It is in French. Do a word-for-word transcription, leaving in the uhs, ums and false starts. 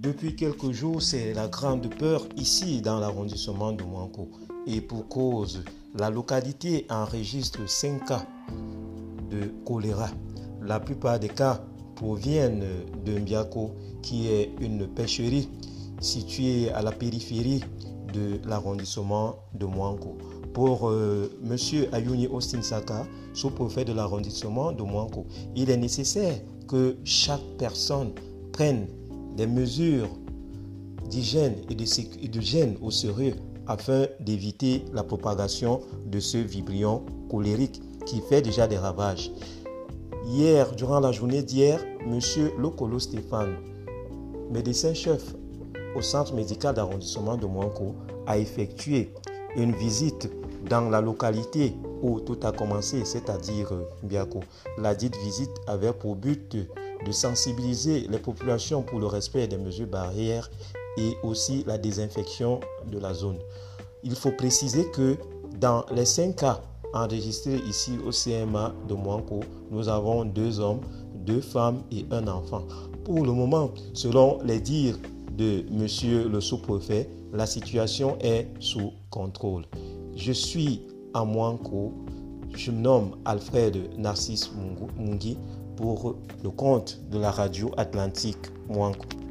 Depuis quelques jours, c'est la grande peur ici dans l'arrondissement de Mouanko. Et pour cause, la localité enregistre cinq cas de choléra. La plupart des cas proviennent de Mbiako, qui est une pêcherie située à la périphérie de l'arrondissement de Mouanko. Pour euh, M. Ayouni Austin Saka, sous-préfet de l'arrondissement de Mouanko, il est nécessaire que chaque personne prenne des mesures d'hygiène et de, sécu- de gêne au sérieux afin d'éviter la propagation de ce vibrion cholérique qui fait déjà des ravages. Hier, durant la journée d'hier, M. Lokolo Stéphane, médecin-chef au centre médical d'arrondissement de Mouanko, a effectué une visite dans la localité où tout a commencé, c'est-à-dire Mbiako. La dite visite avait pour but de sensibiliser les populations pour le respect des mesures barrières et aussi la désinfection de la zone. Il faut préciser que dans les cinq cas enregistrés ici au C M A de Mouanko, nous avons deux hommes, deux femmes et un enfant. Pour le moment, selon les dires de monsieur le sous-préfet, la situation est sous contrôle. Je suis à Mouanko, je me nomme Alfred Narcisse Mungi pour le compte de la radio Atlantique Mouanko.